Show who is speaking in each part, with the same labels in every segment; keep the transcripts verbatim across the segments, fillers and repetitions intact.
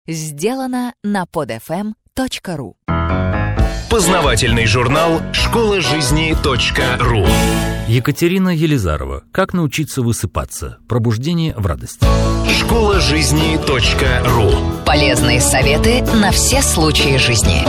Speaker 1: Сделано на под эф эм точка ру.
Speaker 2: Познавательный журнал школа жизни точка ру.
Speaker 3: Екатерина Елизарова. Как научиться высыпаться? Пробуждение в радость.
Speaker 2: школа жизни точка ру.
Speaker 1: Полезные советы на все случаи жизни.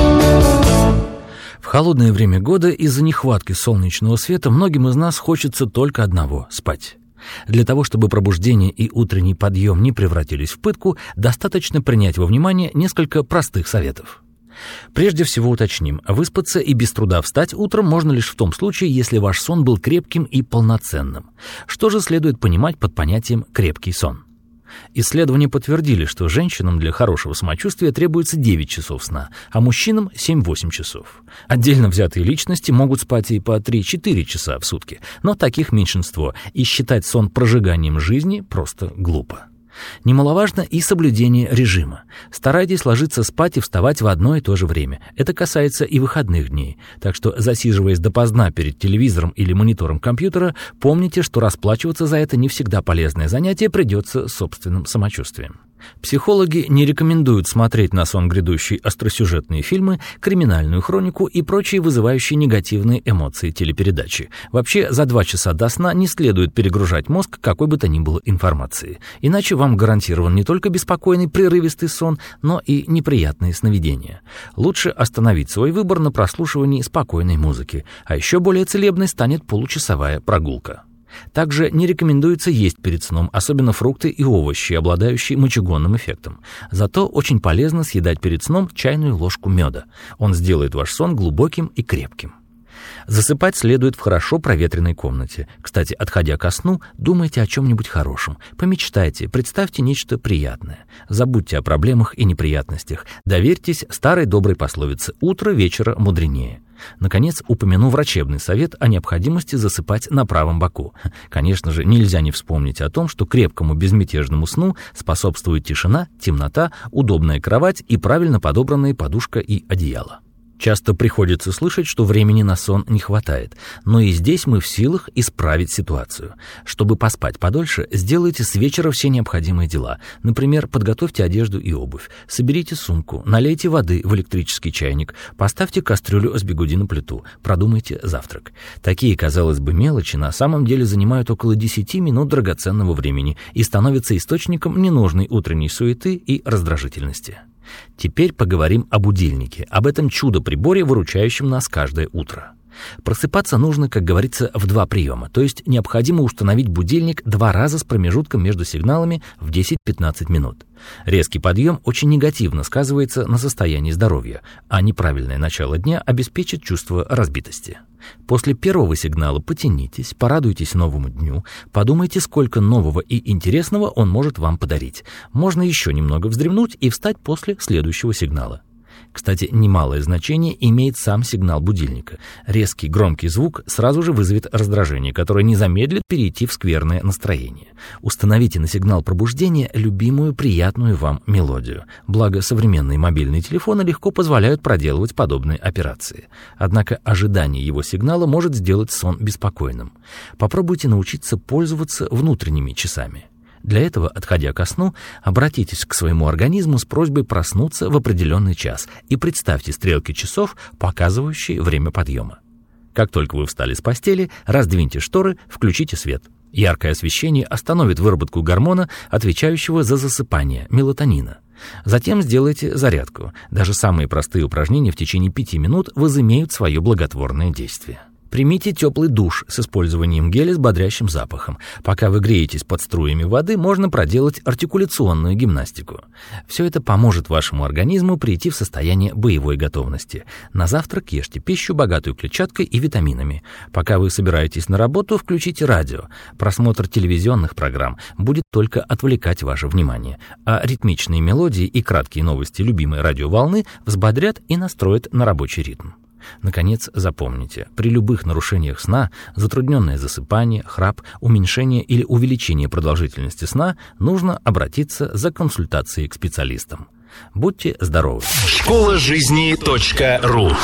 Speaker 3: В холодное время года из-за нехватки солнечного света многим из нас хочется только одного – спать. Для того, чтобы пробуждение и утренний подъем не превратились в пытку, достаточно принять во внимание несколько простых советов. Прежде всего уточним, выспаться и без труда встать утром можно лишь в том случае, если ваш сон был крепким и полноценным. Что же следует понимать под понятием «крепкий сон»? Исследования подтвердили, что женщинам для хорошего самочувствия требуется девять часов сна, а мужчинам семь-восемь часов. Отдельно взятые личности могут спать и по три-четыре часа в сутки, но таких меньшинство, и считать сон прожиганием жизни просто глупо. Немаловажно и соблюдение режима. Старайтесь ложиться спать и вставать в одно и то же время. Это касается и выходных дней. Так что, засиживаясь допоздна перед телевизором или монитором компьютера, помните, что расплачиваться за это не всегда полезное занятие придется собственным самочувствием. Психологи не рекомендуют смотреть на сон грядущий остросюжетные фильмы, криминальную хронику и прочие вызывающие негативные эмоции телепередачи. Вообще, за два часа до сна не следует перегружать мозг какой бы то ни было информации. Иначе вам гарантирован не только беспокойный прерывистый сон, но и неприятные сновидения. Лучше остановить свой выбор на прослушивании спокойной музыки, а еще более целебной станет получасовая прогулка. Также не рекомендуется есть перед сном, особенно фрукты и овощи, обладающие мочегонным эффектом. Зато очень полезно съедать перед сном чайную ложку меда. Он сделает ваш сон глубоким и крепким. Засыпать следует в хорошо проветренной комнате. Кстати, отходя ко сну, думайте о чем-нибудь хорошем. Помечтайте, представьте нечто приятное. Забудьте о проблемах и неприятностях. Доверьтесь старой доброй пословице «утро вечера мудренее». Наконец, упомяну врачебный совет о необходимости засыпать на правом боку. Конечно же, нельзя не вспомнить о том, что крепкому безмятежному сну способствует тишина, темнота, удобная кровать и правильно подобранные подушка и одеяло. Часто приходится слышать, что времени на сон не хватает, но и здесь мы в силах исправить ситуацию. Чтобы поспать подольше, сделайте с вечера все необходимые дела. Например, подготовьте одежду и обувь, соберите сумку, налейте воды в электрический чайник, поставьте кастрюлю с бигуди на плиту, продумайте завтрак. Такие, казалось бы, мелочи на самом деле занимают около десяти минут драгоценного времени и становятся источником ненужной утренней суеты и раздражительности. Теперь поговорим о будильнике, об этом чудо-приборе, выручающем нас каждое утро. Просыпаться нужно, как говорится, в два приема, то есть необходимо установить будильник два раза с промежутком между сигналами в десять-пятнадцать минут. Резкий подъем очень негативно сказывается на состоянии здоровья, а неправильное начало дня обеспечит чувство разбитости. После первого сигнала потянитесь, порадуйтесь новому дню, подумайте, сколько нового и интересного он может вам подарить. Можно еще немного вздремнуть и встать после следующего сигнала. Кстати, немалое значение имеет сам сигнал будильника. Резкий громкий звук сразу же вызовет раздражение, которое не замедлит перейти в скверное настроение. Установите на сигнал пробуждения любимую приятную вам мелодию. Благо, современные мобильные телефоны легко позволяют проделывать подобные операции. Однако ожидание его сигнала может сделать сон беспокойным. Попробуйте научиться пользоваться внутренними часами. Для этого, отходя ко сну, обратитесь к своему организму с просьбой проснуться в определенный час и представьте стрелки часов, показывающие время подъема. Как только вы встали с постели, раздвиньте шторы, включите свет. Яркое освещение остановит выработку гормона, отвечающего за засыпание, мелатонина. Затем сделайте зарядку. Даже самые простые упражнения в течение пяти минут возымеют свое благотворное действие. Примите теплый душ с использованием геля с бодрящим запахом. Пока вы греетесь под струями воды, можно проделать артикуляционную гимнастику. Все это поможет вашему организму прийти в состояние боевой готовности. На завтрак ешьте пищу, богатую клетчаткой и витаминами. Пока вы собираетесь на работу, включите радио. Просмотр телевизионных программ будет только отвлекать ваше внимание, а ритмичные мелодии и краткие новости любимой радиоволны взбодрят и настроят на рабочий ритм. Наконец, запомните, при любых нарушениях сна, затрудненное засыпание, храп, уменьшение или увеличение продолжительности сна, нужно обратиться за консультацией к специалистам. Будьте здоровы!
Speaker 2: школа жизни точка ру.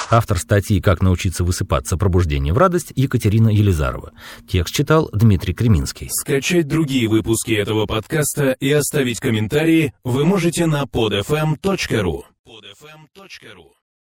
Speaker 3: Автор статьи «Как научиться высыпаться. Пробуждение в радость» Екатерина Елизарова. Текст читал Дмитрий Креминский.
Speaker 2: Скачать другие выпуски этого подкаста и оставить комментарии вы можете на под эф эм точка ру. под эф эм точка ру